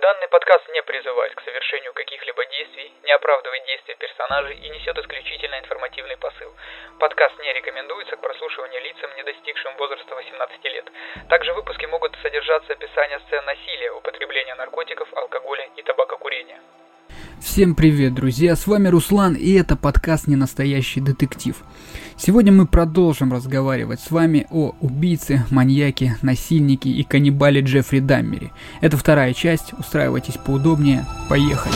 Данный подкаст не призывает к совершению каких-либо действий, не оправдывает действия персонажей и несет исключительно информативный посыл. Подкаст не рекомендуется к прослушиванию лицам, не достигшим возраста 18 лет. Также в выпуске могут содержаться описания сцен насилия, употребления наркотиков, алкоголя и табакокурения. Всем привет, друзья, с вами Руслан, и это подкаст «Ненастоящий детектив». Сегодня мы продолжим разговаривать с вами о убийце, маньяке, насильнике и каннибале Джеффри Даммере. Это вторая часть, устраивайтесь поудобнее, поехали!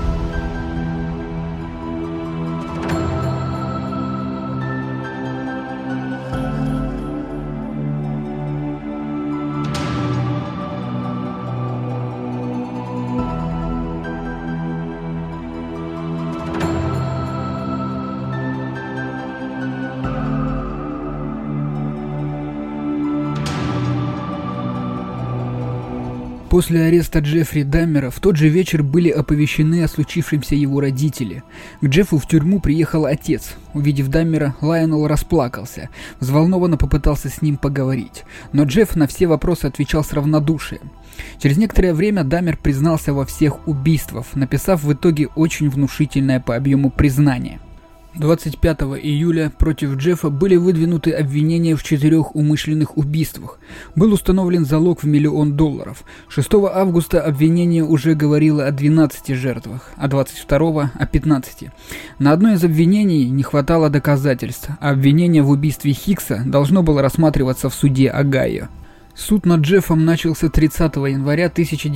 После ареста Джеффри Даммера в тот же вечер были оповещены о случившемся его родители. К Джеффу в тюрьму приехал отец. Увидев Даммера, Лайонел расплакался, взволнованно попытался с ним поговорить. Но Джефф на все вопросы отвечал с равнодушием. Через некоторое время Даммер признался во всех убийствах, написав в итоге очень внушительное по объему признание. 25 июля против Джеффа были выдвинуты обвинения в 4 умышленных убийствах. Был установлен залог в $1 миллион. 6 августа обвинение уже говорило о 12 жертвах, а 22 о 15. На одно из обвинений не хватало доказательств, а обвинение в убийстве Хикса должно было рассматриваться в суде Огайо. Суд над Джеффом начался 30 января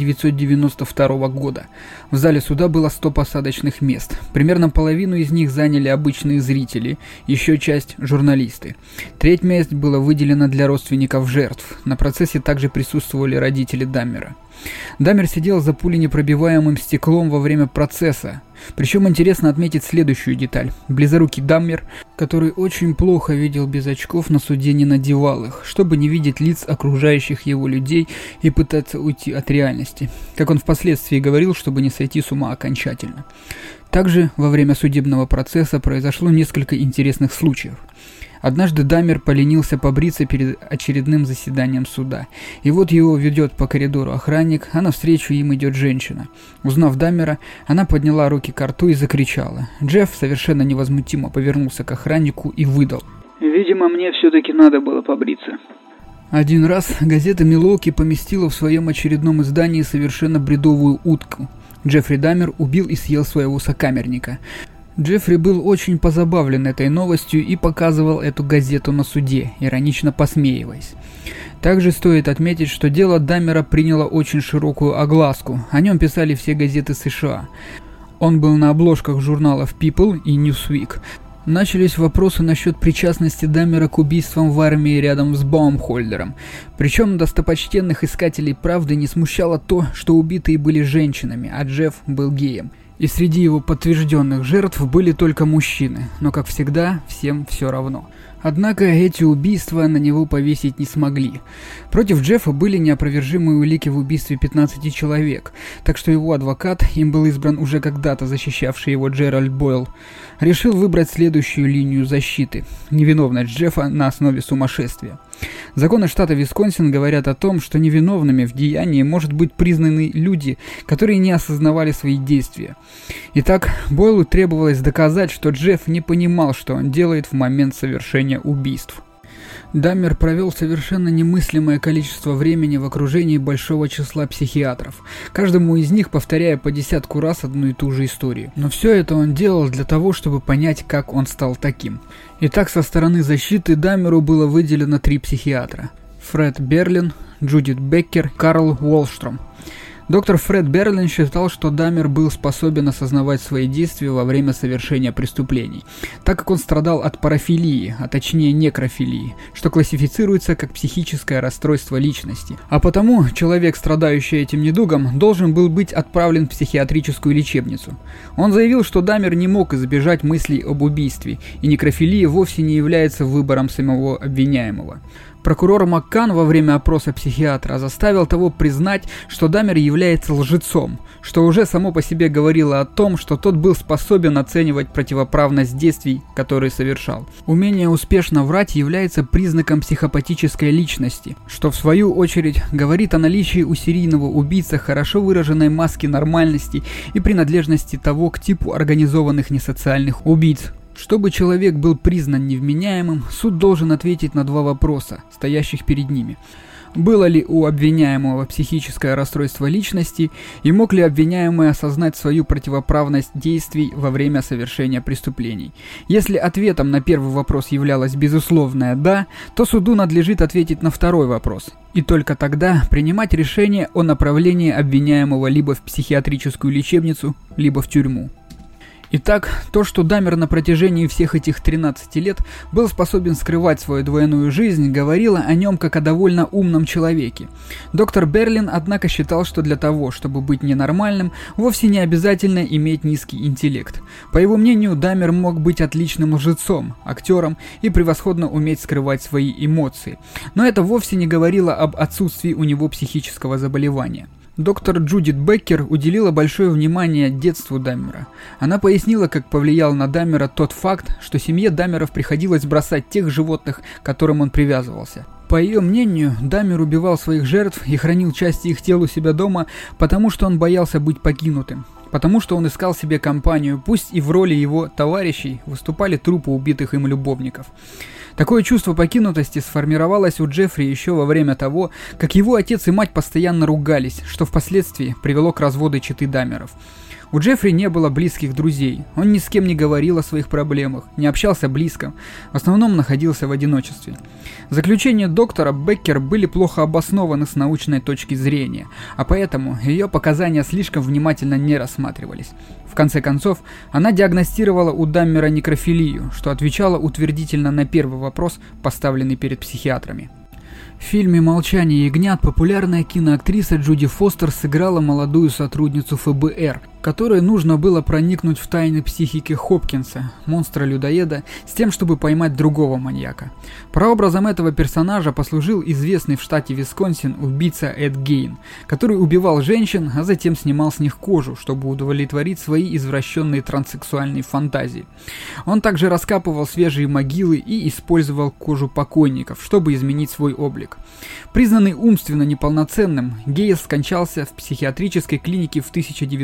1992 года. В зале суда было 100 посадочных мест. Примерно половину из них заняли обычные зрители, еще часть – журналисты. Треть мест было выделено для родственников жертв. На процессе также присутствовали родители Даммера. Даммер сидел за пуленепробиваемым стеклом во время процесса. Причем интересно отметить следующую деталь. Близорукий Даммер, который очень плохо видел без очков, на суде не надевал их, чтобы не видеть лиц окружающих его людей и пытаться уйти от реальности. Как он впоследствии говорил, чтобы не сойти с ума окончательно. Также во время судебного процесса произошло несколько интересных случаев. Однажды Даммер поленился побриться перед очередным заседанием суда. И вот его ведет по коридору охранник, а навстречу им идет женщина. Узнав Даммера, она подняла руки к рту и закричала. Джефф совершенно невозмутимо повернулся к охраннику и выдал: «Видимо, мне все-таки надо было побриться». Один раз газета «Милуоки» поместила в своем очередном издании совершенно бредовую утку. Джеффри Даммер убил и съел своего сокамерника. Джеффри был очень позабавлен этой новостью и показывал эту газету на суде, иронично посмеиваясь. Также стоит отметить, что дело Даммера приняло очень широкую огласку, о нем писали все газеты США. Он был на обложках журналов People и Newsweek. Начались вопросы насчет причастности Даммера к убийствам в армии рядом с Баумхольдером. Причем достопочтенных искателей правды не смущало то, что убитые были женщинами, а Джефф был геем. И среди его подтвержденных жертв были только мужчины, но, как всегда, всем все равно. Однако эти убийства на него повесить не смогли. Против Джеффа были неопровержимые улики в убийстве 15 человек, так что его адвокат, им был избран уже когда-то защищавший его Джеральд Бойл, решил выбрать следующую линию защиты – невиновность Джеффа на основе сумасшествия. Законы штата Висконсин говорят о том, что невиновными в деянии может быть признаны люди, которые не осознавали свои действия. Итак, Бойлу требовалось доказать, что Джефф не понимал, что он делает в момент совершения убийств. Даммер провел совершенно немыслимое количество времени в окружении большого числа психиатров, каждому из них повторяя по 10 раз одну и ту же историю. Но все это он делал для того, чтобы понять, как он стал таким. Итак, со стороны защиты Даммеру было выделено 3 психиатра: Фред Берлин, Джудит Беккер, Карл Уолстром. Доктор Фред Берлин считал, что Даммер был способен осознавать свои действия во время совершения преступлений, так как он страдал от парафилии, а точнее некрофилии, что классифицируется как психическое расстройство личности. А потому человек, страдающий этим недугом, должен был быть отправлен в психиатрическую лечебницу. Он заявил, что Даммер не мог избежать мыслей об убийстве, и некрофилия вовсе не является выбором самого обвиняемого. Прокурор Маккан во время опроса психиатра заставил того признать, что Даммер является лжецом, что уже само по себе говорило о том, что тот был способен оценивать противоправность действий, которые совершал. Умение успешно врать является признаком психопатической личности, что в свою очередь говорит о наличии у серийного убийцы хорошо выраженной маски нормальности и принадлежности того к типу организованных несоциальных убийц. Чтобы человек был признан невменяемым, суд должен ответить на два вопроса, стоящих перед ними. Было ли у обвиняемого психическое расстройство личности и мог ли обвиняемый осознать свою противоправность действий во время совершения преступлений? Если ответом на первый вопрос являлось безусловное «да», то суду надлежит ответить на второй вопрос. И только тогда принимать решение о направлении обвиняемого либо в психиатрическую лечебницу, либо в тюрьму. Итак, то, что Даммер на протяжении всех этих 13 лет был способен скрывать свою двойную жизнь, говорило о нем как о довольно умном человеке. Доктор Берлин, однако, считал, что для того, чтобы быть ненормальным, вовсе не обязательно иметь низкий интеллект. По его мнению, Даммер мог быть отличным лжецом, актером и превосходно уметь скрывать свои эмоции. Но это вовсе не говорило об отсутствии у него психического заболевания. Доктор Джудит Беккер уделила большое внимание детству Даммера. Она пояснила, как повлиял на Даммера тот факт, что семье Даммеров приходилось бросать тех животных, к которым он привязывался. По ее мнению, Даммер убивал своих жертв и хранил части их тел у себя дома, потому что он боялся быть покинутым. Потому что он искал себе компанию, пусть и в роли его товарищей выступали трупы убитых им любовников. Такое чувство покинутости сформировалось у Джеффри еще во время того, как его отец и мать постоянно ругались, что впоследствии привело к разводу четы Даммеров. У Джеффри не было близких друзей, он ни с кем не говорил о своих проблемах, не общался близко, в основном находился в одиночестве. Заключения доктора Беккер были плохо обоснованы с научной точки зрения, а поэтому ее показания слишком внимательно не рассматривались. В конце концов, она диагностировала у Даммера некрофилию, что отвечало утвердительно на первый вопрос, поставленный перед психиатрами. В фильме «Молчание ягнят» популярная киноактриса Джуди Фостер сыграла молодую сотрудницу ФБР, которой нужно было проникнуть в тайны психики Хопкинса, монстра-людоеда, с тем, чтобы поймать другого маньяка. Прообразом этого персонажа послужил известный в штате Висконсин убийца Эд Гейн, который убивал женщин, а затем снимал с них кожу, чтобы удовлетворить свои извращенные транссексуальные фантазии. Он также раскапывал свежие могилы и использовал кожу покойников, чтобы изменить свой облик. Признанный умственно неполноценным, Гейн скончался в психиатрической клинике в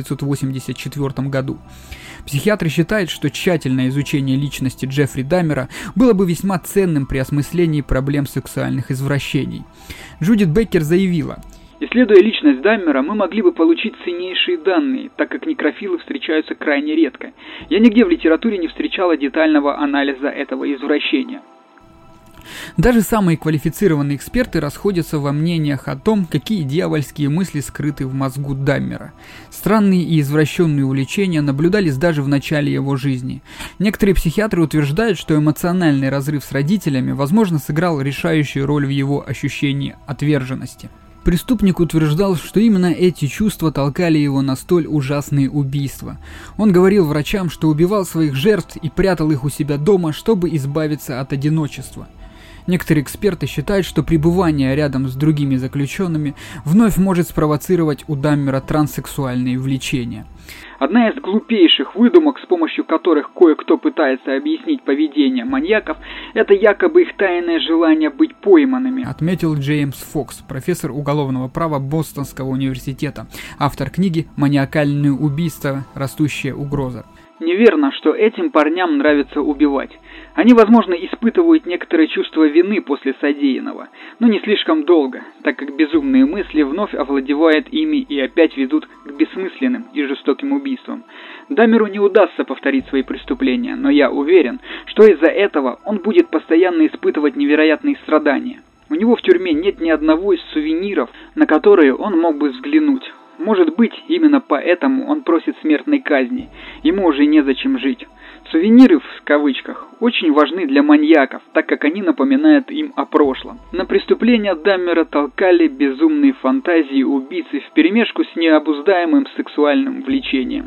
1984 году. Психиатры считают, что тщательное изучение личности Джеффри Даммера было бы весьма ценным при осмыслении проблем сексуальных извращений. Джудит Беккер заявила: «Исследуя личность Даммера, мы могли бы получить ценнейшие данные, так как некрофилы встречаются крайне редко. Я нигде в литературе не встречала детального анализа этого извращения». Даже самые квалифицированные эксперты расходятся во мнениях о том, какие дьявольские мысли скрыты в мозгу Даммера. Странные и извращенные увлечения наблюдались даже в начале его жизни. Некоторые психиатры утверждают, что эмоциональный разрыв с родителями, возможно, сыграл решающую роль в его ощущении отверженности. Преступник утверждал, что именно эти чувства толкали его на столь ужасные убийства. Он говорил врачам, что убивал своих жертв и прятал их у себя дома, чтобы избавиться от одиночества. Некоторые эксперты считают, что пребывание рядом с другими заключенными вновь может спровоцировать у Даммера транссексуальные влечения. Одна из глупейших выдумок, с помощью которых кое-кто пытается объяснить поведение маньяков, это якобы их тайное желание быть пойманными, отметил Джеймс Фокс, профессор уголовного права Бостонского университета, автор книги «Маниакальные убийства. Растущая угроза». Неверно, что этим парням нравится убивать. Они, возможно, испытывают некоторое чувство вины после содеянного, но не слишком долго, так как безумные мысли вновь овладевают ими и опять ведут к бессмысленным и жестоким убийствам. Даммеру не удастся повторить свои преступления, но я уверен, что из-за этого он будет постоянно испытывать невероятные страдания. У него в тюрьме нет ни одного из сувениров, на которые он мог бы взглянуть. Может быть, именно поэтому он просит смертной казни. Ему уже незачем жить. Сувениры, в кавычках, очень важны для маньяков, так как они напоминают им о прошлом. На преступления Даммера толкали безумные фантазии убийцы вперемешку с необуздаемым сексуальным влечением.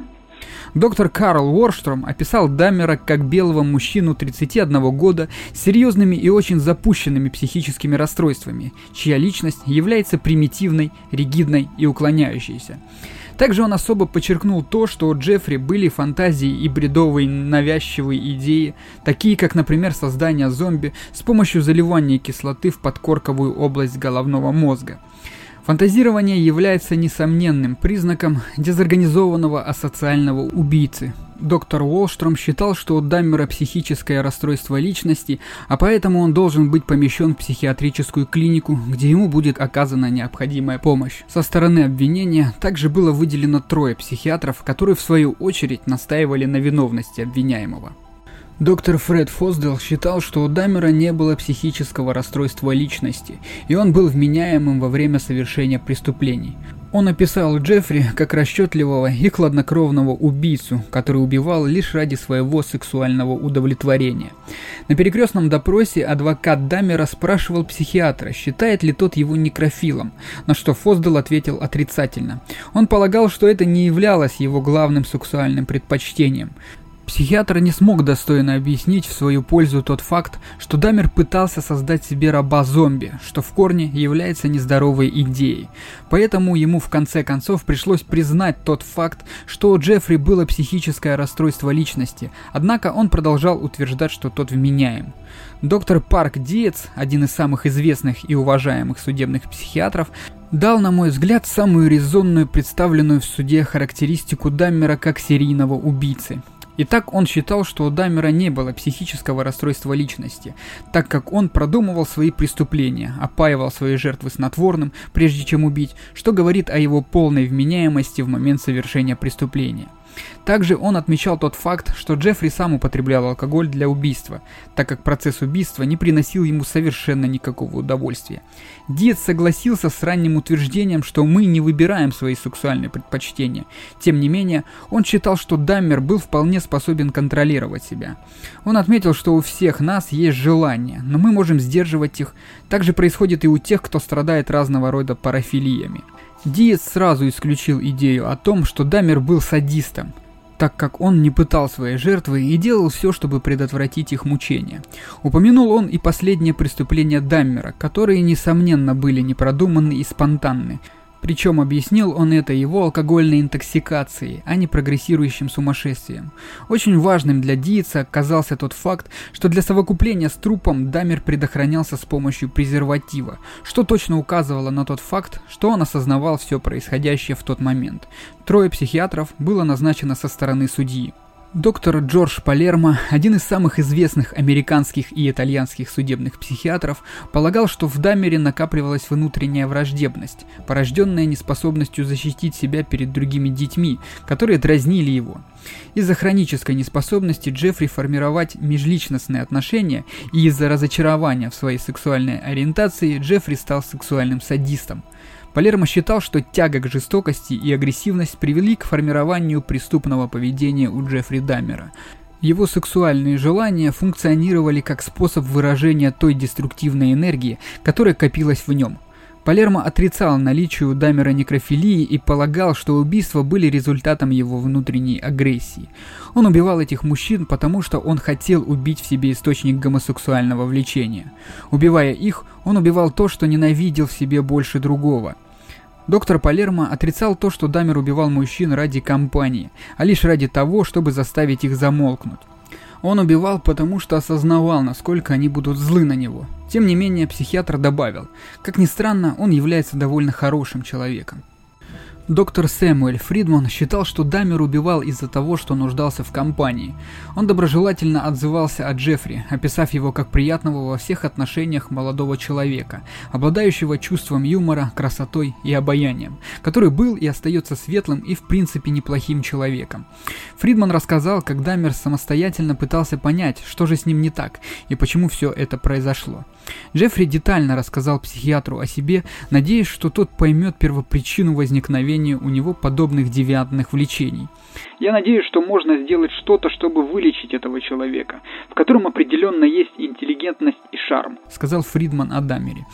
Доктор Карл Уорштром описал Даммера как белого мужчину 31 года с серьезными и очень запущенными психическими расстройствами, чья личность является примитивной, ригидной и уклоняющейся. Также он особо подчеркнул то, что у Джеффри были фантазии и бредовые навязчивые идеи, такие как, например, создание зомби с помощью заливания кислоты в подкорковую область головного мозга. Фантазирование является несомненным признаком дезорганизованного асоциального убийцы. Доктор Уорштром считал, что у Даммера психическое расстройство личности, а поэтому он должен быть помещен в психиатрическую клинику, где ему будет оказана необходимая помощь. Со стороны обвинения также было выделено 3 психиатров, которые в свою очередь настаивали на виновности обвиняемого. Доктор Фред Фосдел считал, что у Даммера не было психического расстройства личности, и он был вменяемым во время совершения преступлений. Он описал Джеффри как расчетливого и хладнокровного убийцу, который убивал лишь ради своего сексуального удовлетворения. На перекрестном допросе адвокат Даммера спрашивал психиатра, считает ли тот его некрофилом, на что Фосдел ответил отрицательно. Он полагал, что это не являлось его главным сексуальным предпочтением. Психиатр не смог достойно объяснить в свою пользу тот факт, что Даммер пытался создать себе раба-зомби, что в корне является нездоровой идеей. Поэтому ему в конце концов пришлось признать тот факт, что у Джеффри было психическое расстройство личности, однако он продолжал утверждать, что тот вменяем. Доктор Парк Диец, один из самых известных и уважаемых судебных психиатров, дал, на мой взгляд, самую резонную представленную в суде характеристику Даммера как серийного убийцы. Итак, он считал, что у Даммера не было психического расстройства личности, так как он продумывал свои преступления, опаивал свои жертвы снотворным, прежде чем убить, что говорит о его полной вменяемости в момент совершения преступления. Также он отмечал тот факт, что Джеффри сам употреблял алкоголь для убийства, так как процесс убийства не приносил ему совершенно никакого удовольствия. Диец согласился с ранним утверждением, что мы не выбираем свои сексуальные предпочтения. Тем не менее, он считал, что Даммер был вполне способен контролировать себя. Он отметил, что у всех нас есть желания, но мы можем сдерживать их. Так же происходит и у тех, кто страдает разного рода парафилиями. Диец сразу исключил идею о том, что Даммер был садистом, так как он не пытал свои жертвы и делал все, чтобы предотвратить их мучения. Упомянул он и последние преступления Даммера, которые, несомненно, были непродуманны и спонтанны. Причем объяснил он это его алкогольной интоксикацией, а не прогрессирующим сумасшествием. Очень важным для Диеца оказался тот факт, что для совокупления с трупом Даммер предохранялся с помощью презерватива, что точно указывало на тот факт, что он осознавал все происходящее в тот момент. 3 психиатров было назначено со стороны судьи. Доктор Джордж Палермо, один из самых известных американских и итальянских судебных психиатров, полагал, что в Даммере накапливалась внутренняя враждебность, порожденная неспособностью защитить себя перед другими детьми, которые дразнили его. Из-за хронической неспособности Джеффри формировать межличностные отношения и из-за разочарования в своей сексуальной ориентации Джеффри стал сексуальным садистом. Палермо считал, что тяга к жестокости и агрессивность привели к формированию преступного поведения у Джеффри Даммера. Его сексуальные желания функционировали как способ выражения той деструктивной энергии, которая копилась в нем. Палермо отрицал наличие у Даммера некрофилии и полагал, что убийства были результатом его внутренней агрессии. Он убивал этих мужчин, потому что он хотел убить в себе источник гомосексуального влечения. Убивая их, он убивал то, что ненавидел в себе больше другого. Доктор Палермо отрицал то, что Даммер убивал мужчин ради компании, а лишь ради того, чтобы заставить их замолкнуть. Он убивал, потому что осознавал, насколько они будут злы на него. Тем не менее, психиатр добавил, как ни странно, он является довольно хорошим человеком. Доктор Сэмюэль Фридман считал, что Даммер убивал из-за того, что нуждался в компании. Он доброжелательно отзывался о Джеффри, описав его как приятного во всех отношениях молодого человека, обладающего чувством юмора, красотой и обаянием, который был и остается светлым и в принципе неплохим человеком. Фридман рассказал, как Даммер самостоятельно пытался понять, что же с ним не так и почему все это произошло. Джеффри детально рассказал психиатру о себе, надеясь, что тот поймет первопричину возникновения у него подобных девиантных влечений. Я надеюсь, что можно сделать что-то, чтобы вылечить этого человека, в котором определенно есть интеллигентность и шарм, сказал Фридман о Даммере.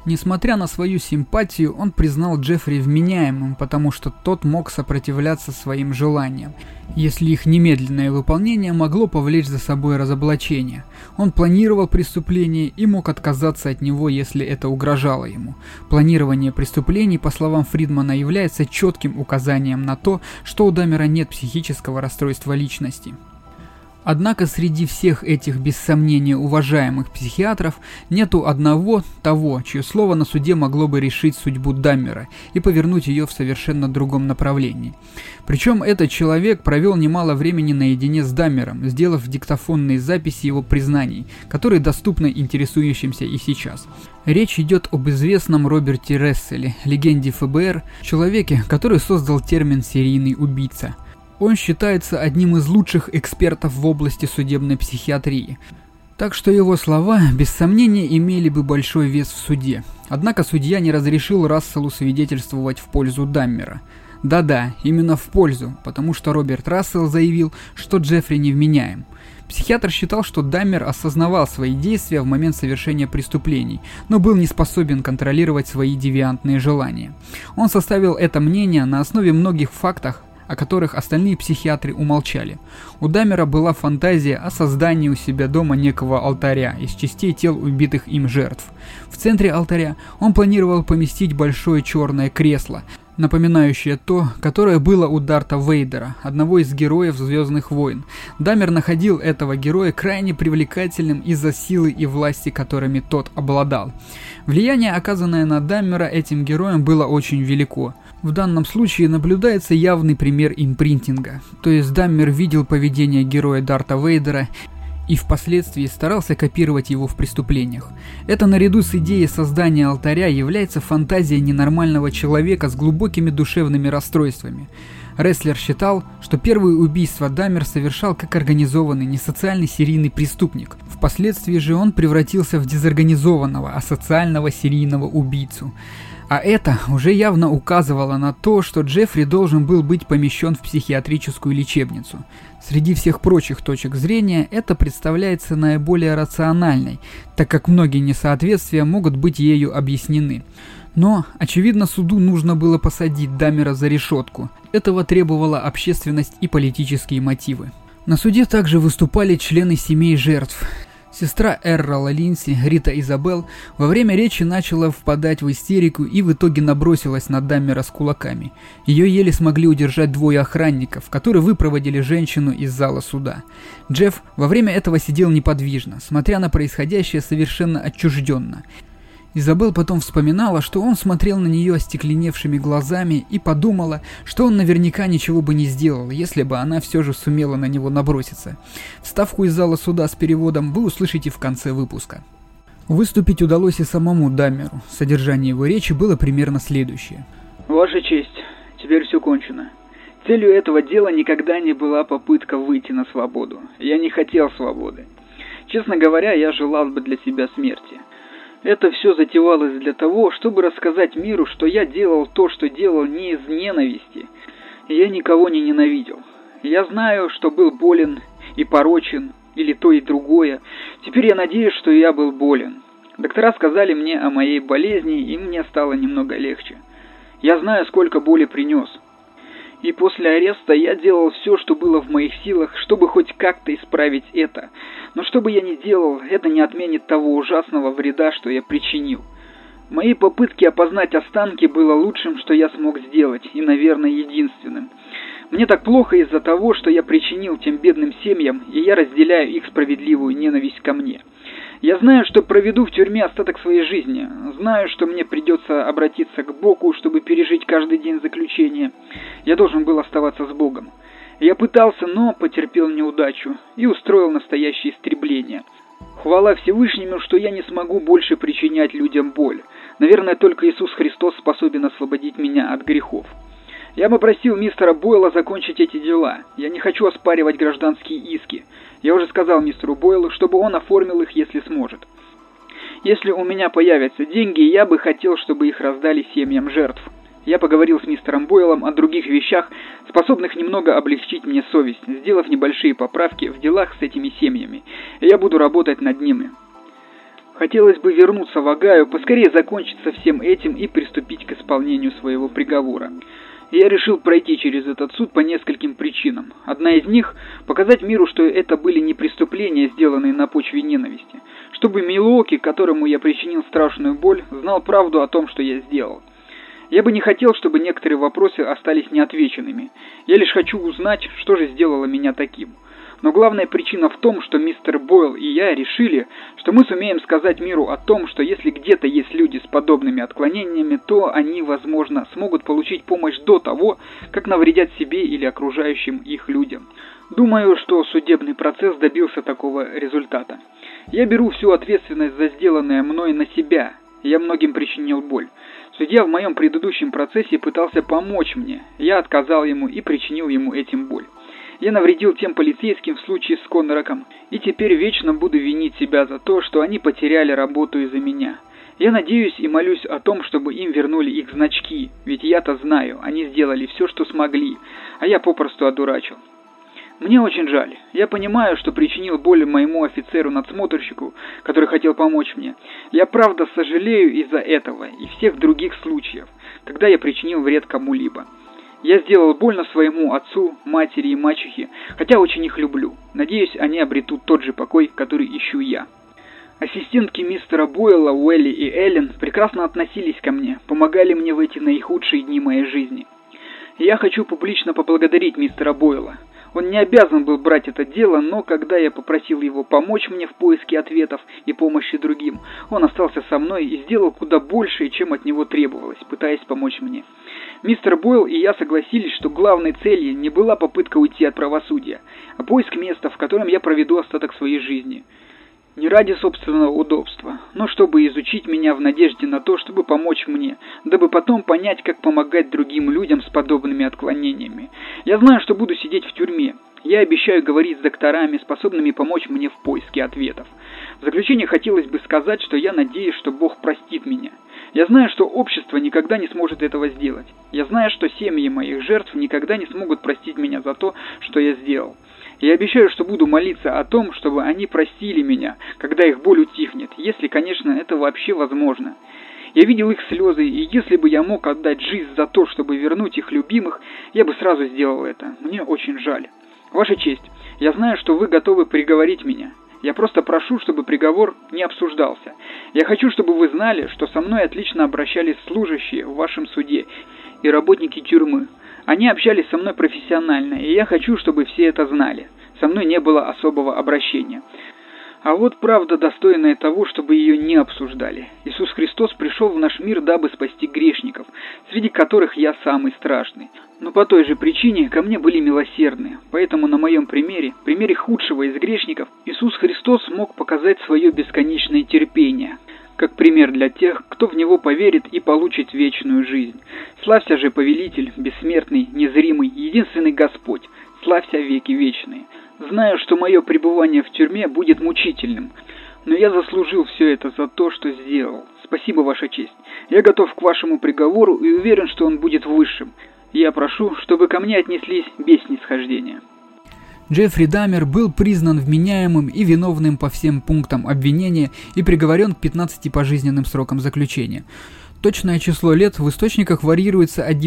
Несмотря на свою симпатию, он признал Джеффри вменяемым, потому что тот мог сопротивляться своим желаниям, если их немедленное выполнение могло повлечь за собой разоблачение. Он планировал преступление и мог отказаться от него, если это угрожало ему. Планирование преступлений, по словам Фридмана, является четким указанием на то, что у Даммера нет психического расстройства личности. Однако среди всех этих без сомнения уважаемых психиатров нету одного того, чье слово на суде могло бы решить судьбу Даммера и повернуть ее в совершенно другом направлении. Причем этот человек провел немало времени наедине с Даммером, сделав диктофонные записи его признаний, которые доступны интересующимся и сейчас. Речь идет об известном Роберте Расселе, легенде ФБР, человеке, который создал термин «серийный убийца». Он считается одним из лучших экспертов в области судебной психиатрии, так что его слова, без сомнения, имели бы большой вес в суде. Однако судья не разрешил Расселу свидетельствовать в пользу Даммера. Да-да, именно в пользу, потому что Роберт Рассел заявил, что Джеффри невменяем. Психиатр считал, что Даммер осознавал свои действия в момент совершения преступлений, но был не способен контролировать свои девиантные желания. Он составил это мнение на основе многих фактов, о которых остальные психиатры умолчали. У Даммера была фантазия о создании у себя дома некого алтаря из частей тел убитых им жертв. В центре алтаря он планировал поместить большое черное кресло, напоминающее то, которое было у Дарта Вейдера, одного из героев «Звездных войн». Даммер находил этого героя крайне привлекательным из-за силы и власти, которыми тот обладал. Влияние, оказанное на Даммера этим героем, было очень велико. В данном случае наблюдается явный пример импринтинга, то есть Даммер видел поведение героя Дарта Вейдера и впоследствии старался копировать его в преступлениях. Это наряду с идеей создания алтаря является фантазией ненормального человека с глубокими душевными расстройствами. Ресслер считал, что первые убийства Даммер совершал как организованный, несоциальный серийный преступник. Впоследствии же он превратился в дезорганизованного, асоциального серийного убийцу. А это уже явно указывало на то, что Джеффри должен был быть помещен в психиатрическую лечебницу. Среди всех прочих точек зрения это представляется наиболее рациональной, так как многие несоответствия могут быть ею объяснены. Но, очевидно, суду нужно было посадить Даммера за решетку. Этого требовала общественность и политические мотивы. На суде также выступали члены семей жертв. Сестра Эррола Линси, Рита Изабелл, во время речи начала впадать в истерику и в итоге набросилась на Даммера с кулаками. Ее еле смогли удержать двое охранников, которые выпроводили женщину из зала суда. Джефф во время этого сидел неподвижно, смотря на происходящее совершенно отчужденно. Изабелл потом вспоминала, что он смотрел на нее остекленевшими глазами и подумала, что он наверняка ничего бы не сделал, если бы она все же сумела на него наброситься. Вставку из зала суда с переводом вы услышите в конце выпуска. Выступить удалось и самому Даммеру. Содержание его речи было примерно следующее. «Ваша честь, теперь все кончено. Целью этого дела никогда не была попытка выйти на свободу. Я не хотел свободы. Честно говоря, я желал бы для себя смерти. Это все затевалось для того, чтобы рассказать миру, что я делал то, что делал не из ненависти. Я никого не ненавидел. Я знаю, что был болен и порочен, или то и другое. Теперь я надеюсь, что я был болен. Доктора сказали мне о моей болезни, и мне стало немного легче. Я знаю, сколько боли принес. И после ареста я делал все, что было в моих силах, чтобы хоть как-то исправить это. Но что бы я ни делал, это не отменит того ужасного вреда, что я причинил. Мои попытки опознать останки было лучшим, что я смог сделать, и, наверное, единственным. Мне так плохо из-за того, что я причинил тем бедным семьям, и я разделяю их справедливую ненависть ко мне. Я знаю, что проведу в тюрьме остаток своей жизни. Знаю, что мне придется обратиться к Богу, чтобы пережить каждый день заключения. Я должен был оставаться с Богом. Я пытался, но потерпел неудачу и устроил настоящее истребление. Хвала Всевышнему, что я не смогу больше причинять людям боль. Наверное, только Иисус Христос способен освободить меня от грехов. Я попросил мистера Бойла закончить эти дела. Я не хочу оспаривать гражданские иски. Я уже сказал мистеру Бойлу, чтобы он оформил их, если сможет. Если у меня появятся деньги, я бы хотел, чтобы их раздали семьям жертв. Я поговорил с мистером Бойлом о других вещах, способных немного облегчить мне совесть, сделав небольшие поправки в делах с этими семьями. И я буду работать над ними. Хотелось бы вернуться в Огайо, поскорее закончить со всем этим и приступить к исполнению своего приговора. Я решил пройти через этот суд по нескольким причинам. Одна из них – показать миру, что это были не преступления, сделанные на почве ненависти. Чтобы Милуоки, которому я причинил страшную боль, знал правду о том, что я сделал. Я бы не хотел, чтобы некоторые вопросы остались неотвеченными. Я лишь хочу узнать, что же сделало меня таким. Но главная причина в том, что мистер Бойл и я решили, что мы сумеем сказать миру о том, что если где-то есть люди с подобными отклонениями, то они, возможно, смогут получить помощь до того, как навредят себе или окружающим их людям. Думаю, что судебный процесс добился такого результата. Я беру всю ответственность за сделанное мной на себя. Я многим причинил боль. Судья в моем предыдущем процессе пытался помочь мне. Я отказал ему и причинил ему этим боль. Я навредил тем полицейским в случае с Коннораком, и теперь вечно буду винить себя за то, что они потеряли работу из-за меня. Я надеюсь и молюсь о том, чтобы им вернули их значки, ведь я-то знаю, они сделали все, что смогли, а я попросту одурачил. Мне очень жаль. Я понимаю, что причинил боль моему офицеру-надсмотрщику, который хотел помочь мне. Я правда сожалею из-за этого и всех других случаев, когда я причинил вред кому-либо. Я сделал больно своему отцу, матери и мачехе, хотя очень их люблю. Надеюсь, они обретут тот же покой, который ищу я. Ассистентки мистера Бойла, Уэлли и Эллен прекрасно относились ко мне, помогали мне в эти наихудшие дни моей жизни. Я хочу публично поблагодарить мистера Бойла. Он не обязан был брать это дело, но когда я попросил его помочь мне в поиске ответов и помощи другим, он остался со мной и сделал куда больше, чем от него требовалось, пытаясь помочь мне. Мистер Бойл и я согласились, что главной целью не была попытка уйти от правосудия, а поиск места, в котором я проведу остаток своей жизни. Не ради собственного удобства, но чтобы изучить меня в надежде на то, чтобы помочь мне, дабы потом понять, как помогать другим людям с подобными отклонениями. Я знаю, что буду сидеть в тюрьме. Я обещаю говорить с докторами, способными помочь мне в поиске ответов. В заключение хотелось бы сказать, что я надеюсь, что Бог простит меня. Я знаю, что общество никогда не сможет этого сделать. Я знаю, что семьи моих жертв никогда не смогут простить меня за то, что я сделал. Я обещаю, что буду молиться о том, чтобы они простили меня, когда их боль утихнет, если, конечно, это вообще возможно. Я видел их слезы, и если бы я мог отдать жизнь за то, чтобы вернуть их любимых, я бы сразу сделал это. Мне очень жаль. Ваша честь, я знаю, что вы готовы приговорить меня. Я просто прошу, чтобы приговор не обсуждался. Я хочу, чтобы вы знали, что со мной отлично обращались служащие в вашем суде и работники тюрьмы. Они общались со мной профессионально, и я хочу, чтобы все это знали. Со мной не было особого обращения. А вот правда, достойная того, чтобы ее не обсуждали. Иисус Христос пришел в наш мир, дабы спасти грешников, среди которых я самый страшный. Но по той же причине ко мне были милосердны. Поэтому на моем примере худшего из грешников, Иисус Христос мог показать свое бесконечное терпение, как пример для тех, кто в Него поверит и получит вечную жизнь. Славься же, Повелитель, бессмертный, незримый, единственный Господь, славься веки вечные. Знаю, что мое пребывание в тюрьме будет мучительным, но я заслужил все это за то, что сделал. Спасибо, Ваша честь. Я готов к вашему приговору и уверен, что он будет высшим. Я прошу, чтобы ко мне отнеслись без снисхождения. Джеффри Даммер был признан вменяемым и виновным по всем пунктам обвинения и приговорен к 15 пожизненным срокам заключения. Точное число лет в источниках варьируется от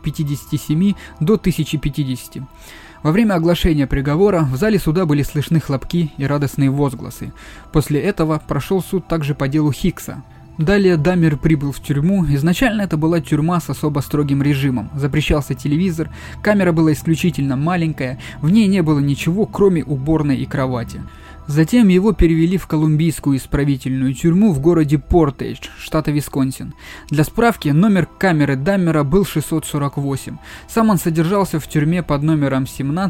957 до 1050. Во время оглашения приговора в зале суда были слышны хлопки и радостные возгласы. После этого прошел суд также по делу Хикса. Далее Даммер прибыл в тюрьму. Изначально это была тюрьма с особо строгим режимом. Запрещался телевизор, камера была исключительно маленькая, в ней не было ничего, кроме уборной и кровати. Затем его перевели в колумбийскую исправительную тюрьму в городе Портейдж, штата Висконсин. Для справки, номер камеры Даммера был 648. Сам он содержался в тюрьме под номером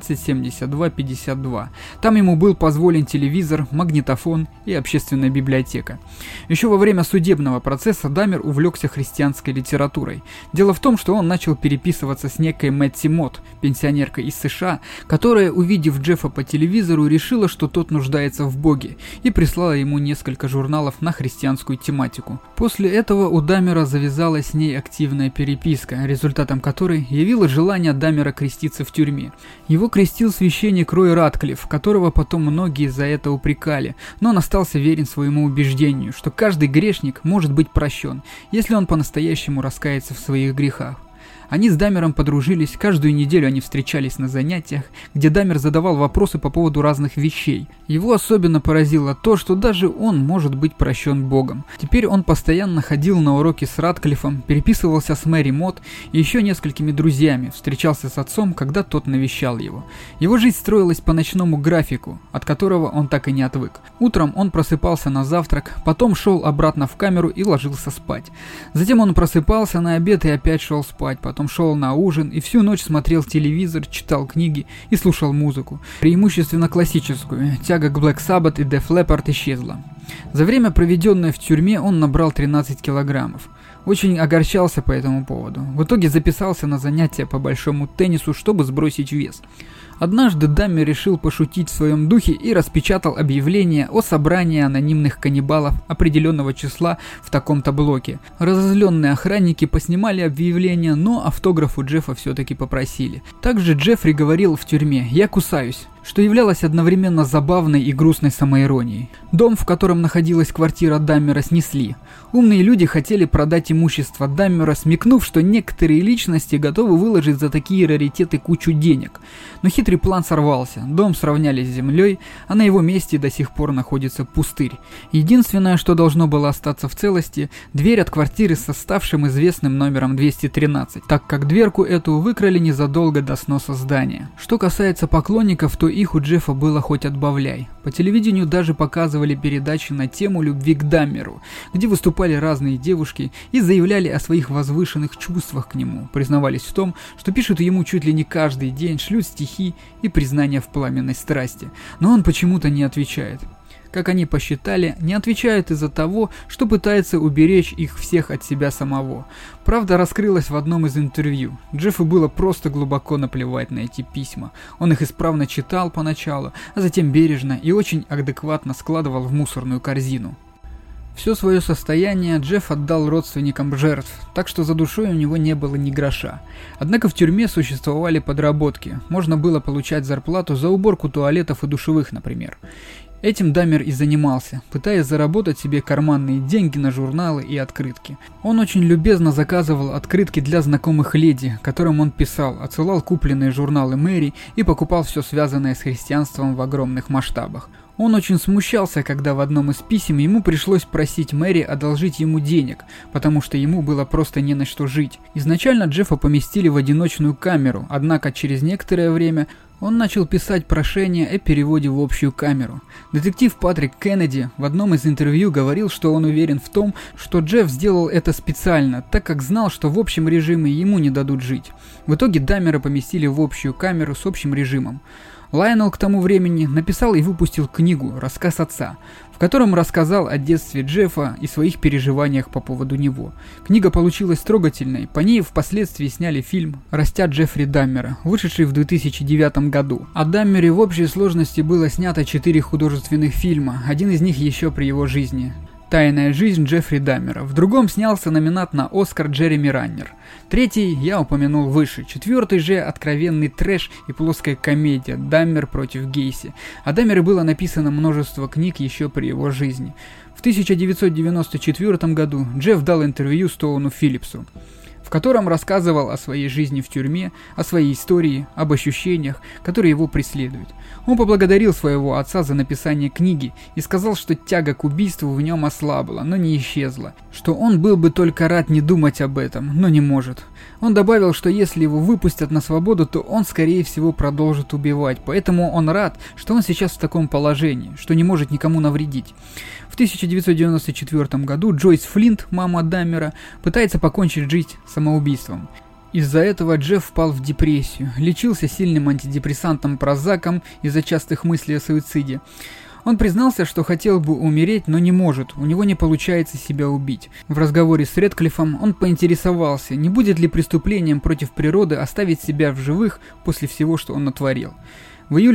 177252. Там ему был позволен телевизор, магнитофон и общественная библиотека. Еще во время судебного процесса Даммер увлекся христианской литературой. Дело в том, что он начал переписываться с некой Мэтти Мот, пенсионеркой из США, которая, увидев Джеффа по телевизору, решила, что тот нуждается нуждается в Боге, и прислала ему несколько журналов на христианскую тематику. После этого у Даммера завязалась с ней активная переписка, результатом которой явилось желание Даммера креститься в тюрьме. Его крестил священник Рой Ратклифф, которого потом многие за это упрекали, но он остался верен своему убеждению, что каждый грешник может быть прощен, если он по-настоящему раскается в своих грехах. Они с Даммером подружились, каждую неделю они встречались на занятиях, где Даммер задавал вопросы по поводу разных вещей. Его особенно поразило то, что даже он может быть прощен Богом. Теперь он постоянно ходил на уроки с Ратклиффом, переписывался с Мэри Мот и еще несколькими друзьями, встречался с отцом, когда тот навещал его. Его жизнь строилась по ночному графику, от которого он так и не отвык. Утром он просыпался на завтрак, потом шел обратно в камеру и ложился спать. Затем он просыпался на обед и опять шел спать, потом шел на ужин и всю ночь смотрел телевизор, читал книги и слушал музыку, преимущественно классическую. Тяга к Black Sabbath и Def Leppard исчезла. За время, проведенное в тюрьме, он набрал 13 килограммов. Очень огорчался по этому поводу. В итоге записался на занятия по большому теннису, чтобы сбросить вес. Однажды Даммер решил пошутить в своем духе и распечатал объявление о собрании анонимных каннибалов определенного числа в таком-то блоке. Разозленные охранники поснимали объявление, но автограф у Джеффа все-таки попросили. Также Джеффри говорил в тюрьме «Я кусаюсь», что являлось одновременно забавной и грустной самоиронией. Дом, в котором находилась квартира Даммера, снесли. Умные люди хотели продать имущество Даммера, смекнув, что некоторые личности готовы выложить за такие раритеты кучу денег. Но хитрый план сорвался, дом сравняли с землей, а на его месте до сих пор находится пустырь. Единственное, что должно было остаться в целости, дверь от квартиры со ставшим известным номером 213, так как дверку эту выкрали незадолго до сноса здания. Что касается поклонников, то их у Джеффа было хоть отбавляй. По телевидению даже показывали передачи на тему любви к Даммеру, где выступали разные девушки и заявляли о своих возвышенных чувствах к нему, признавались в том, что пишут ему чуть ли не каждый день, шлют стихи и признания в пламенной страсти. Но он почему-то не отвечает. Как они посчитали, не отвечает из-за того, что пытается уберечь их всех от себя самого. Правда раскрылась в одном из интервью. Джеффу было просто глубоко наплевать на эти письма. Он их исправно читал поначалу, а затем бережно и очень адекватно складывал в мусорную корзину. Все свое состояние Джефф отдал родственникам жертв, так что за душой у него не было ни гроша. Однако в тюрьме существовали подработки. Можно было получать зарплату за уборку туалетов и душевых, например. Этим Даммер и занимался, пытаясь заработать себе карманные деньги на журналы и открытки. Он очень любезно заказывал открытки для знакомых леди, которым он писал, отсылал купленные журналы Мэри и покупал все связанное с христианством в огромных масштабах. Он очень смущался, когда в одном из писем ему пришлось просить Мэри одолжить ему денег, потому что ему было просто не на что жить. Изначально Джеффа поместили в одиночную камеру, однако через некоторое время он начал писать прошение о переводе в общую камеру. Детектив Патрик Кеннеди в одном из интервью говорил, что он уверен в том, что Джефф сделал это специально, так как знал, что в общем режиме ему не дадут жить. В итоге Даммера поместили в общую камеру с общим режимом. Лайонел к тому времени написал и выпустил книгу «Рассказ отца», в котором рассказал о детстве Джеффа и своих переживаниях по поводу него. Книга получилась трогательной, по ней впоследствии сняли фильм «Растя Джеффри Даммера», вышедший в 2009 году. О Даммере в общей сложности было снято 4 художественных фильма, один из них еще при его жизни. «Тайная жизнь Джеффри Даммера». В другом снялся номинант на Оскар Джереми Раннер. Третий я упомянул выше. Четвертый же откровенный трэш и плоская комедия «Даммер против Гейси». О Даммере было написано множество книг еще при его жизни. В 1994 году Джефф дал интервью Стоуну Филлипсу, в котором рассказывал о своей жизни в тюрьме, о своей истории, об ощущениях, которые его преследуют. Он поблагодарил своего отца за написание книги и сказал, что тяга к убийству в нем ослабла, но не исчезла, что он был бы только рад не думать об этом, но не может. Он добавил, что если его выпустят на свободу, то он скорее всего продолжит убивать, поэтому он рад, что он сейчас в таком положении, что не может никому навредить. В 1994 году Джойс Флинт, мама Даммера, пытается покончить жизнь самоубийством. Из-за этого Джефф впал в депрессию, лечился сильным антидепрессантом Прозаком из-за частых мыслей о суициде. Он признался, что хотел бы умереть, но не может, у него не получается себя убить. В разговоре с Рэдклиффом он поинтересовался, не будет ли преступлением против природы оставить себя в живых после всего, что он натворил. В июле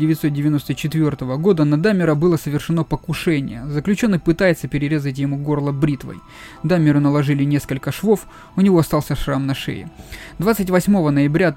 1994 года на Даммера было совершено покушение. Заключенный пытается перерезать ему горло бритвой. Даммеру наложили несколько швов, у него остался шрам на шее. 28 ноября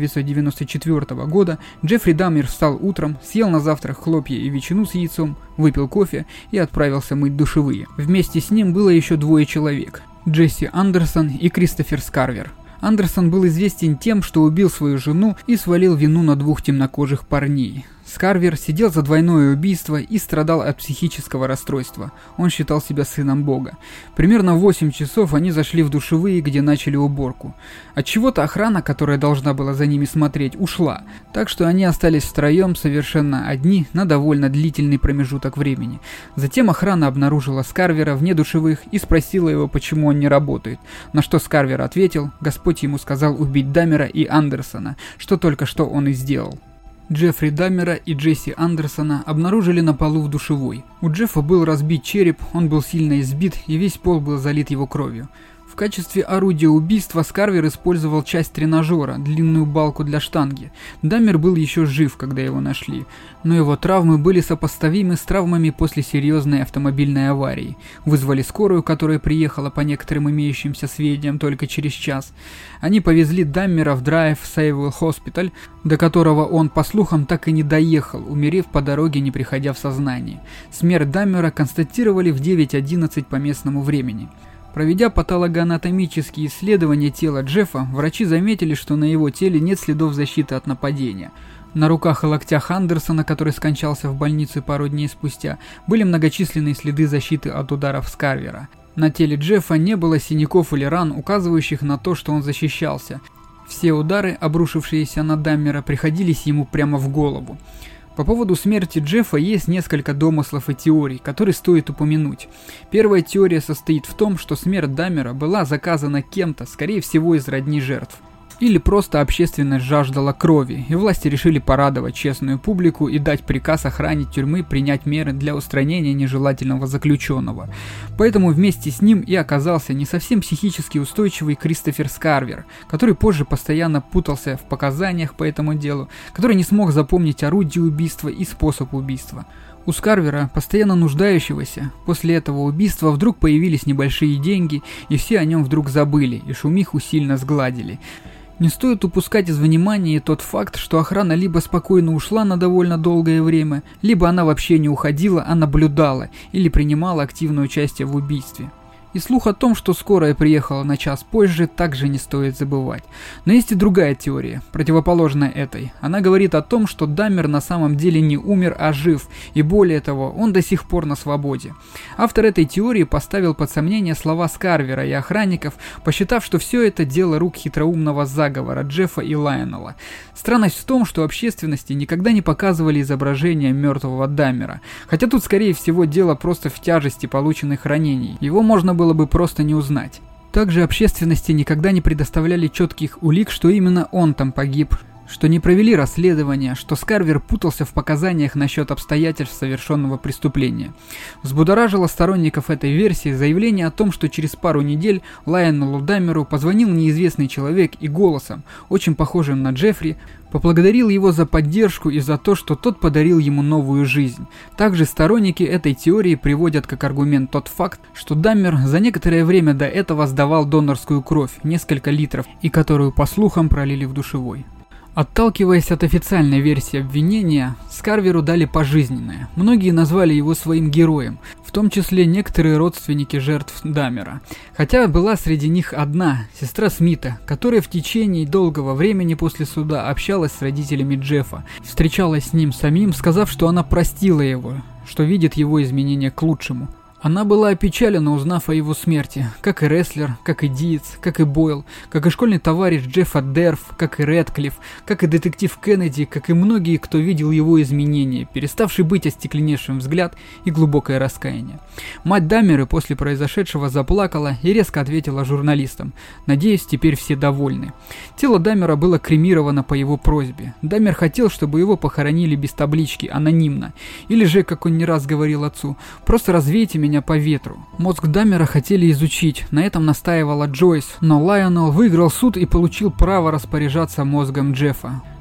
1994 года Джеффри Даммер встал утром, съел на завтрак хлопья и ветчину с яйцом, выпил кофе и отправился мыть душевые. Вместе с ним было еще двое человек – Джесси Андерсон и Кристофер Скарвер. Андерсон был известен тем, что убил свою жену и свалил вину на двух темнокожих парней. Скарвер сидел за двойное убийство и страдал от психического расстройства. Он считал себя сыном Бога. Примерно в 8 часов они зашли в душевые, где начали уборку. Отчего-то охрана, которая должна была за ними смотреть, ушла, так что они остались втроем совершенно одни на довольно длительный промежуток времени. Затем охрана обнаружила Скарвера вне душевых и спросила его, почему он не работает, на что Скарвер ответил: Господь ему сказал убить Даммера и Андерсона, что только что он и сделал. Джеффри Даммера и Джесси Андерсона обнаружили на полу в душевой. У Джеффа был разбит череп, он был сильно избит и весь пол был залит его кровью. В качестве орудия убийства Скарвер использовал часть тренажера, длинную балку для штанги. Даммер был еще жив, когда его нашли, но его травмы были сопоставимы с травмами после серьезной автомобильной аварии. Вызвали скорую, которая приехала по некоторым имеющимся сведениям только через час. Они повезли Даммера в Драйв Сейвилл Хоспиталь, до которого он, по слухам, так и не доехал, умерев по дороге, не приходя в сознание. Смерть Даммера констатировали в 9:11 по местному времени. Проведя патологоанатомические исследования тела Джеффа, врачи заметили, что на его теле нет следов защиты от нападения. На руках и локтях Андерсона, который скончался в больнице пару дней спустя, были многочисленные следы защиты от ударов Скарвера. На теле Джеффа не было синяков или ран, указывающих на то, что он защищался. Все удары, обрушившиеся на Даммера, приходились ему прямо в голову. По поводу смерти Джеффа есть несколько домыслов и теорий, которые стоит упомянуть. Первая теория состоит в том, что смерть Даммера была заказана кем-то, скорее всего из родни жертв. Или просто общественность жаждала крови, и власти решили порадовать честную публику и дать приказ охране тюрьмы принять меры для устранения нежелательного заключенного. Поэтому вместе с ним и оказался не совсем психически устойчивый Кристофер Скарвер, который позже постоянно путался в показаниях по этому делу, который не смог запомнить орудие убийства и способ убийства. У Скарвера, постоянно нуждающегося, после этого убийства вдруг появились небольшие деньги, и все о нем вдруг забыли, и шумиху сильно сгладили. Не стоит упускать из внимания тот факт, что охрана либо спокойно ушла на довольно долгое время, либо она вообще не уходила, а наблюдала или принимала активное участие в убийстве. И слух о том, что скорая приехала на час позже, также не стоит забывать. Но есть и другая теория, противоположная этой. Она говорит о том, что Даммер на самом деле не умер, а жив, и более того, он до сих пор на свободе. Автор этой теории поставил под сомнение слова Скарвера и охранников, посчитав, что все это дело рук хитроумного заговора Джеффа и Лайонелла. Странность в том, что общественности никогда не показывали изображение мертвого Даммера, хотя тут скорее всего дело просто в тяжести полученных ранений. Его можно было бы просто не узнать. Также общественности никогда не предоставляли четких улик, что именно он там погиб, что не провели расследование, что Скарвер путался в показаниях насчет обстоятельств совершенного преступления. Взбудоражило сторонников этой версии заявление о том, что через пару недель Лайонеллу Даммеру позвонил неизвестный человек и голосом, очень похожим на Джеффри, поблагодарил его за поддержку и за то, что тот подарил ему новую жизнь. Также сторонники этой теории приводят как аргумент тот факт, что Даммер за некоторое время до этого сдавал донорскую кровь, несколько литров, и которую, по слухам, пролили в душевой. Отталкиваясь от официальной версии обвинения, Скарверу дали пожизненное. Многие назвали его своим героем, в том числе некоторые родственники жертв Даммера. Хотя была среди них одна, сестра Смита, которая в течение долгого времени после суда общалась с родителями Джеффа, встречалась с ним самим, сказав, что она простила его, что видит его изменения к лучшему. Она была опечалена, узнав о его смерти, как и рестлер, как и Диец, как и Бойл, как и школьный товарищ Джеффа Дерф, как и Рэдклифф, как и детектив Кеннеди, как и многие, кто видел его изменения, переставший быть остекленевшим взгляд и глубокое раскаяние. Мать Даммера после произошедшего заплакала и резко ответила журналистам: «Надеюсь, теперь все довольны». Тело Даммера было кремировано по его просьбе. Даммер хотел, чтобы его похоронили без таблички, анонимно, или же, как он не раз говорил отцу, «просто развейте меня по ветру». Мозг Даммера хотели изучить, на этом настаивала Джойс, но Лайонелл выиграл суд и получил право распоряжаться мозгом Джеффа.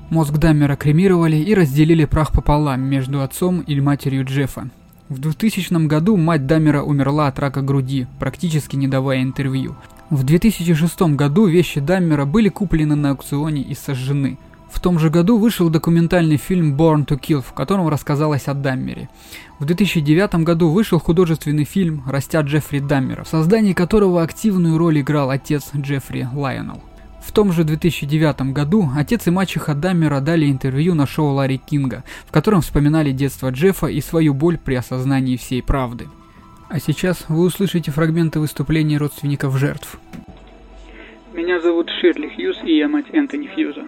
Мозг Даммера кремировали и разделили прах пополам между отцом и матерью Джеффа. В 2000 году мать Даммера умерла от рака груди, практически не давая интервью. В 2006 году вещи Даммера были куплены на аукционе и сожжены. В том же году вышел документальный фильм «Born to Kill», в котором рассказалось о Даммере. В 2009 году вышел художественный фильм «Растя Джеффри Даммера», в создании которого активную роль играл отец Джеффри Лайонелл. В том же 2009 году отец и мачеха Даммера дали интервью на шоу Ларри Кинга, в котором вспоминали детство Джеффа и свою боль при осознании всей правды. А сейчас вы услышите фрагменты выступлений родственников жертв. Меня зовут Ширли Хьюз, и я мать Энтони Хьюза.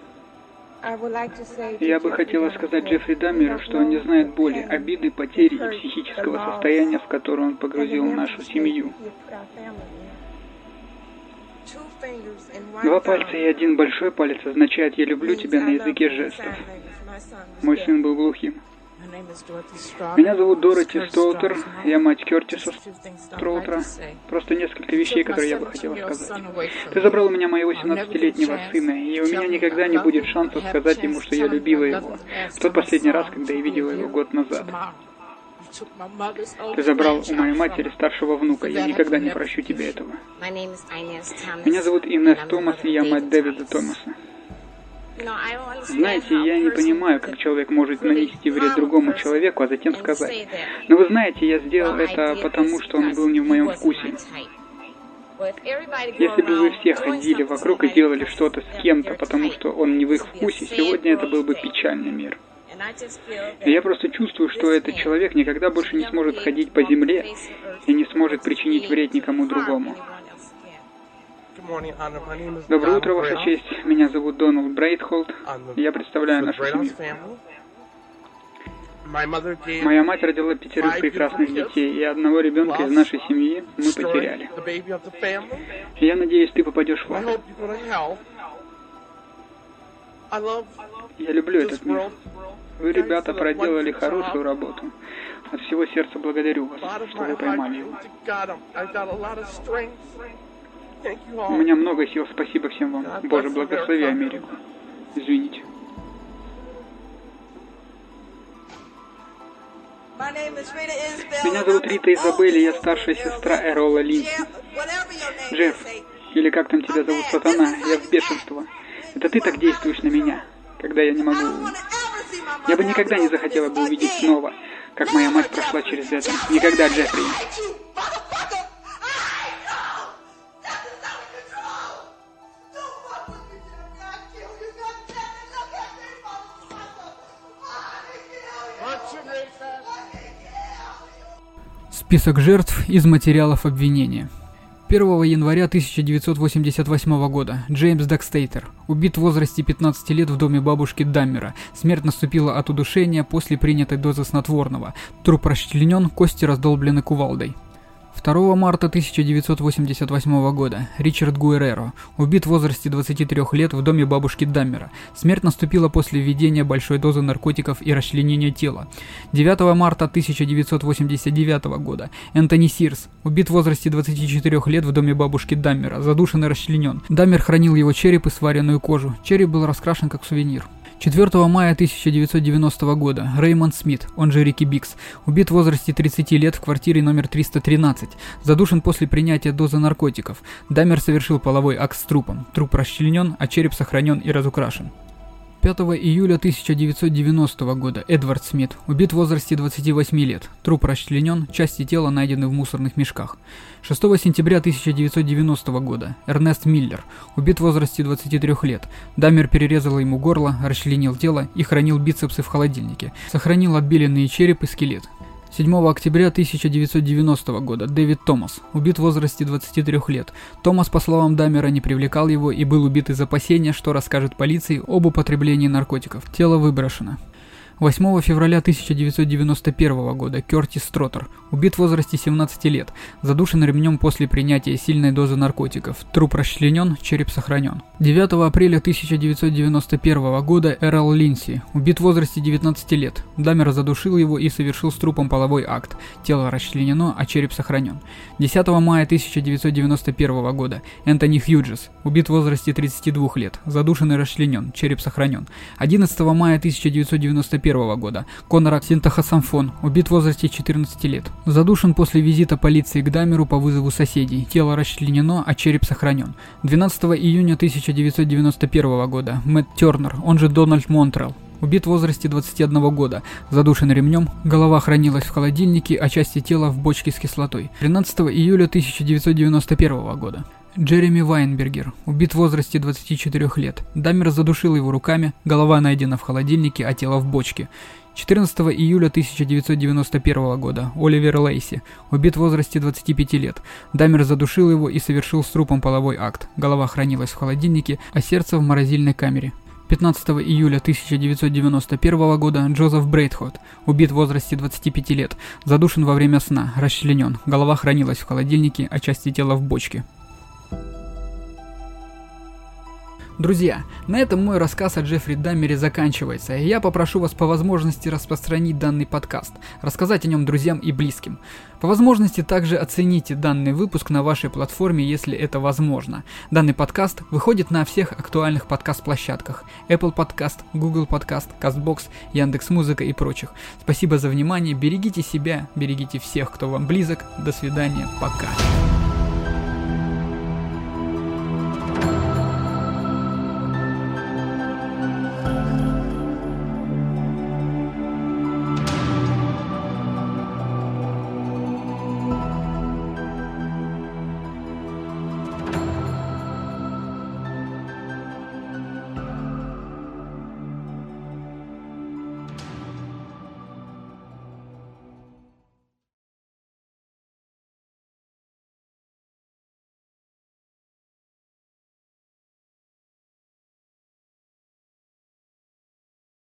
Я бы хотела сказать Джеффри Даммеру, что он не знает боли, обиды, потери и психического состояния, в которое он погрузил нашу семью. 2 пальца и 1 большой палец означает «я люблю тебя» на языке жестов. Мой сын был глухим. Меня зовут Дороти Стоутер, я мать Кертиса Строутера. Просто несколько вещей, которые я бы хотела сказать. Ты забрал у меня моего 17-летнего сына, и у меня никогда не будет шанса сказать ему, что я любила его. В тот последний раз, когда я видела его год назад. Ты забрал у моей матери старшего внука, я никогда не прощу тебе этого. Меня зовут Инесс Томас, и я мать Дэвида Томаса. Знаете, я не понимаю, как человек может нанести вред другому человеку, а затем сказать: «Но вы знаете, я сделал это потому, что он был не в моем вкусе». Если бы вы все ходили вокруг и делали что-то с кем-то, потому что он не в их вкусе, сегодня это был бы печальный мир. И я просто чувствую, что этот человек никогда больше не сможет ходить по земле и не сможет причинить вред никому другому. Доброе утро, Ваша честь. Меня зовут Дональд Брейтхолд. Я представляю нашу семью. Моя мать родила 5 прекрасных детей, и одного ребенка из нашей семьи мы потеряли. Я надеюсь, ты попадешь в ад. Я люблю этот мир. Вы, ребята, проделали хорошую работу. От всего сердца благодарю вас, что вы поймали его. У меня много сил, спасибо всем вам. Боже, благослови Америку. Извините. Меня зовут Рита Изабель, и я старшая сестра Эрола Линси. Джефф, или как там тебя зовут, сатана, я в бешенство. Это ты так действуешь на меня, когда я не могу. Я бы никогда не захотела бы увидеть снова, как моя мать прошла через это. Никогда, Джеффри. Список жертв из материалов обвинения. 1 января 1988 года Джеймс Декстейтер убит в возрасте 15 лет в доме бабушки Даммера. Смерть наступила от удушения после принятой дозы снотворного. Труп расчленен, кости раздолблены кувалдой. 2 марта 1988 года Ричард Гуэреро убит в возрасте 23 лет в доме бабушки Даммера. Смерть наступила после введения большой дозы наркотиков и расчленения тела. 9 марта 1989 года Энтони Сирс убит в возрасте 24 лет в доме бабушки Даммера, задушен и расчленен. Даммер хранил его череп и сваренную кожу. Череп был раскрашен как сувенир. 4 мая 1990 года Рэймонд Смит, он же Рики Бикс, убит в возрасте 30 лет в квартире номер 313, задушен после принятия дозы наркотиков. Даммер совершил половой акт с трупом. Труп расчленен, а череп сохранен и разукрашен. 5 июля 1990 года Эдвард Смит убит в возрасте 28 лет. Труп расчленен, части тела найдены в мусорных мешках. 6 сентября 1990 года Эрнест Миллер убит в возрасте 23 лет. Даммер перерезал ему горло, расчленил тело и хранил бицепсы в холодильнике. Сохранил отбеленный череп и скелет. 7 октября 1990 года Дэвид Томас убит в возрасте 23 лет. Томас, по словам Даммера, не привлекал его и был убит из опасения, что расскажет полиции об употреблении наркотиков. Тело выброшено. 8 февраля 1991 года Кертис Строттер убит в возрасте 17 лет, задушен ремнем после принятия сильной дозы наркотиков. Труп расчленен, череп сохранен. 9 апреля 1991 года Эрл Линси убит в возрасте 19 лет. Дамер задушил его и совершил с трупом половой акт. Тело расчленено, а череп сохранен. 10 мая 1991 года Энтони Хьюджес убит в возрасте 32 лет, задушен и расчленен, череп сохранен. 11 мая 1991 года Конор Синтахасамфон убит в возрасте 14 лет, задушен после визита полиции к Дамеру по вызову соседей, тело расчленено, а череп сохранен. 12 июня 1991 года Мэтт Тернер, он же Дональд Монтрелл, убит в возрасте 21 года, задушен ремнем, голова хранилась в холодильнике, а части тела в бочке с кислотой. 13 июля 1991 года Джереми Вайнбергер убит в возрасте 24 лет. Дамер задушил его руками, голова найдена в холодильнике, а тело в бочке. 14 июля 1991 года Оливер Лейси убит в возрасте 25 лет. Дамер задушил его и совершил с трупом половой акт. Голова хранилась в холодильнике, а сердце в морозильной камере. 15 июля 1991 года Джозеф Брейтхот убит в возрасте 25 лет. Задушен во время сна, расчленен. Голова хранилась в холодильнике, а части тела в бочке. Друзья, на этом мой рассказ о Джеффри Даммере заканчивается, и я попрошу вас по возможности распространить данный подкаст, рассказать о нем друзьям и близким. По возможности также оцените данный выпуск на вашей платформе, если это возможно. Данный подкаст выходит на всех актуальных подкаст-площадках: Apple Podcast, Google Podcast, CastBox, Яндекс.Музыка и прочих. Спасибо за внимание, берегите себя, берегите всех, кто вам близок. До свидания, пока.